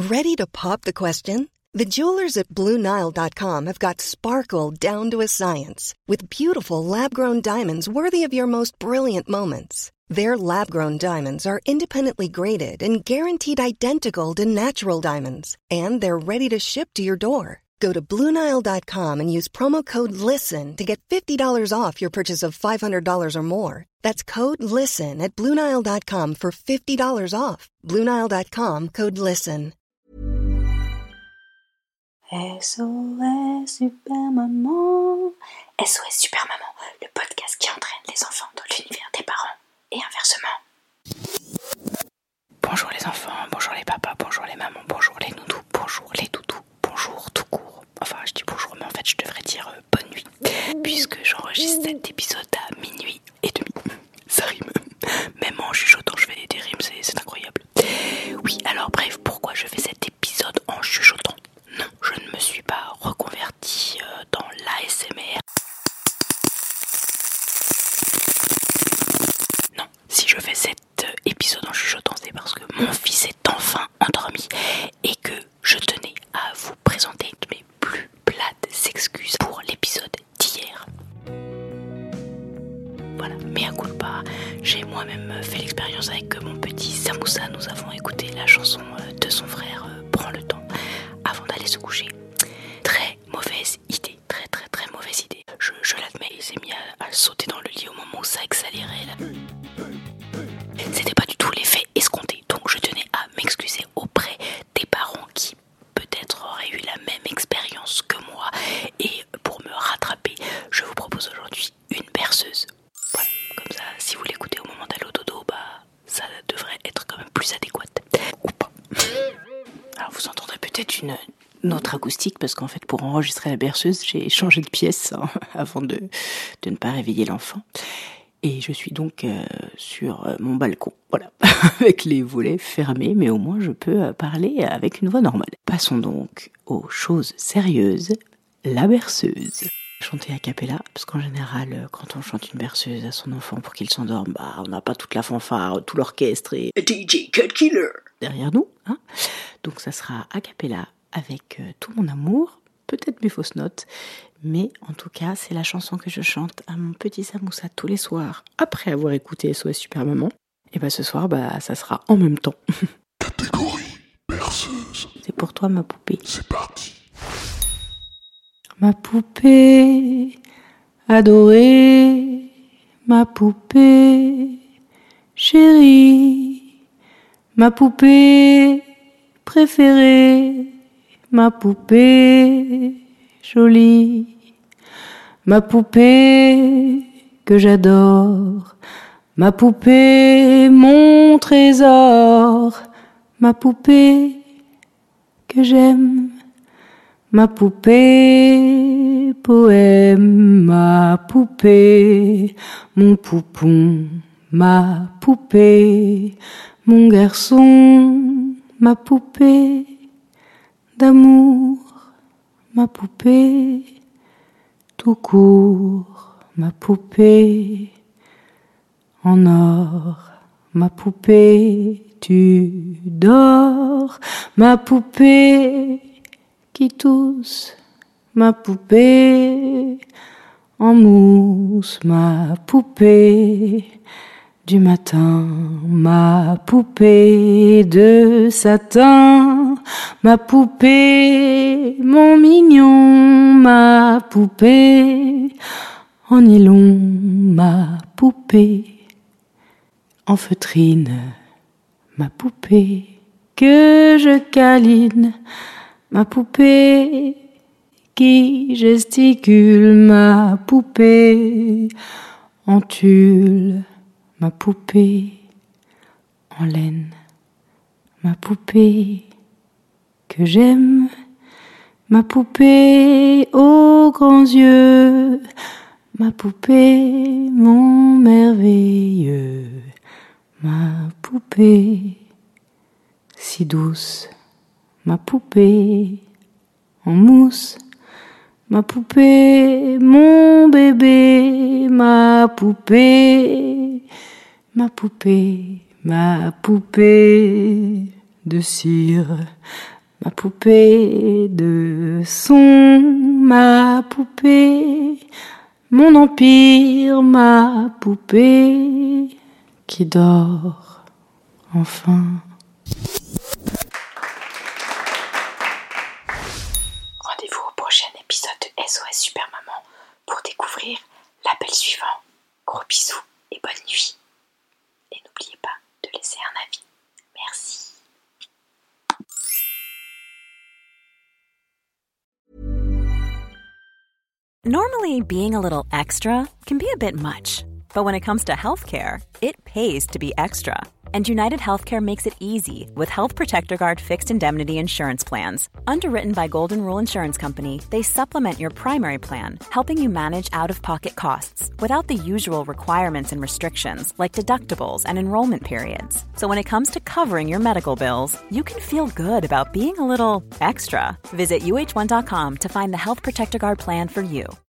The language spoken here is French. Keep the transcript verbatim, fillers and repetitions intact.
Ready to pop the question? The jewelers at Blue Nile dot com have got sparkle down to a science with beautiful lab-grown diamonds worthy of your most brilliant moments. Their lab-grown diamonds are independently graded and guaranteed identical to natural diamonds, and they're ready to ship to your door. Go to Blue Nile dot com and use promo code LISTEN to get fifty dollars off your purchase of five hundred dollars or more. That's code LISTEN at Blue Nile dot com for fifty dollars off. Blue Nile dot com, code LISTEN. S O S Super Maman. S O S Super Maman, le podcast qui entraîne les enfants dans l'univers des parents et inversement. Bonjour les enfants, bonjour les papas, bonjour les mamans, bonjour les nounous, bonjour les toutous, bonjour tout court. Enfin, je dis bonjour, mais en fait, je devrais dire euh, bonne nuit, puisque j'enregistre cet épisode à minuit et demi. Ça rime. Même en chuchotant, je fais des rimes, c'est, c'est incroyable. Oui, alors bref, pourquoi je fais cet épisode en chuchotant ? Non, je ne me suis pas reconvertie euh, dans l'A S M R. Non, si je fais cet euh, épisode en chuchotant, c'est parce que mon fils est enfin endormi et que je tenais à vous présenter mes plus plates excuses pour l'épisode d'hier. Voilà, mea culpa, j'ai moi-même fait l'expérience avec mon petit Samoussa. Nous avons écouté la chanson de son frère euh, Prends le temps avant d'aller se coucher. Très mauvaise idée, très très très mauvaise idée. Je, je l'admets, il s'est mis à, à sauter dans le lit au moment où ça accélérait là. C'était pas du tout l'effet escompté, donc je tenais à m'excuser auprès des parents qui peut-être auraient eu la même expérience que moi. Et pour me rattraper, je vous propose aujourd'hui une berceuse. Voilà, comme ça, si vous l'écoutez au moment d'aller au dodo, bah ça devrait être quand même plus adéquat. Ou pas. Alors vous entendrez peut-être une, une autre acoustique, parce qu'en fait pour enregistrer la berceuse, j'ai changé de pièce hein, avant de, de ne pas réveiller l'enfant. Et je suis donc euh, sur euh, mon balcon, voilà, avec les volets fermés, mais au moins je peux euh, parler avec une voix normale. Passons donc aux choses sérieuses, la berceuse. Chanter a cappella, parce qu'en général, euh, quand on chante une berceuse à son enfant pour qu'il s'endorme, bah on n'a pas toute la fanfare, tout l'orchestre et D J Cut Killer derrière nous, hein. Donc ça sera a cappella avec euh, tout mon amour, peut-être mes fausses notes, mais en tout cas, c'est la chanson que je chante à mon petit Samoussa tous les soirs, après avoir écouté S O S Super Maman. Et bah ce soir, bah ça sera en même temps. Catégorie berceuse. C'est pour toi, ma poupée. C'est parti. Ma poupée adorée, ma poupée chérie, ma poupée préférée, ma poupée jolie, ma poupée que j'adore, ma poupée mon trésor, ma poupée que j'aime, ma poupée poème, ma poupée mon poupon, ma poupée mon garçon, ma poupée d'amour, ma poupée tout court, ma poupée en or, ma poupée tu dors, ma poupée qui tousse, ma poupée en mousse, ma poupée du matin, ma poupée de satin, ma poupée mon mignon, ma poupée en nylon, ma poupée en feutrine, ma poupée que je câline, ma poupée qui gesticule, ma poupée en tulle, ma poupée en laine, ma poupée que j'aime, ma poupée aux grands yeux, ma poupée mon merveilleux, ma poupée si douce, ma poupée en mousse, ma poupée mon bébé, ma poupée, ma poupée, ma poupée de cire, Ma poupée de son, ma poupée, mon empire, ma poupée qui dort enfin. Rendez-vous au prochain épisode de S O S Super Maman pour découvrir l'appel suivant. Gros bisous et bonne nuit. Et n'oubliez pas de laisser un avis. Merci. Normally, being a little extra can be a bit much. But when it comes to healthcare, it pays to be extra. And United Healthcare makes it easy with Health Protector Guard fixed indemnity insurance plans. Underwritten by Golden Rule Insurance Company, they supplement your primary plan, helping you manage out-of-pocket costs without the usual requirements and restrictions like deductibles and enrollment periods. So when it comes to covering your medical bills, you can feel good about being a little extra. Visit U H one dot com to find the Health Protector Guard plan for you.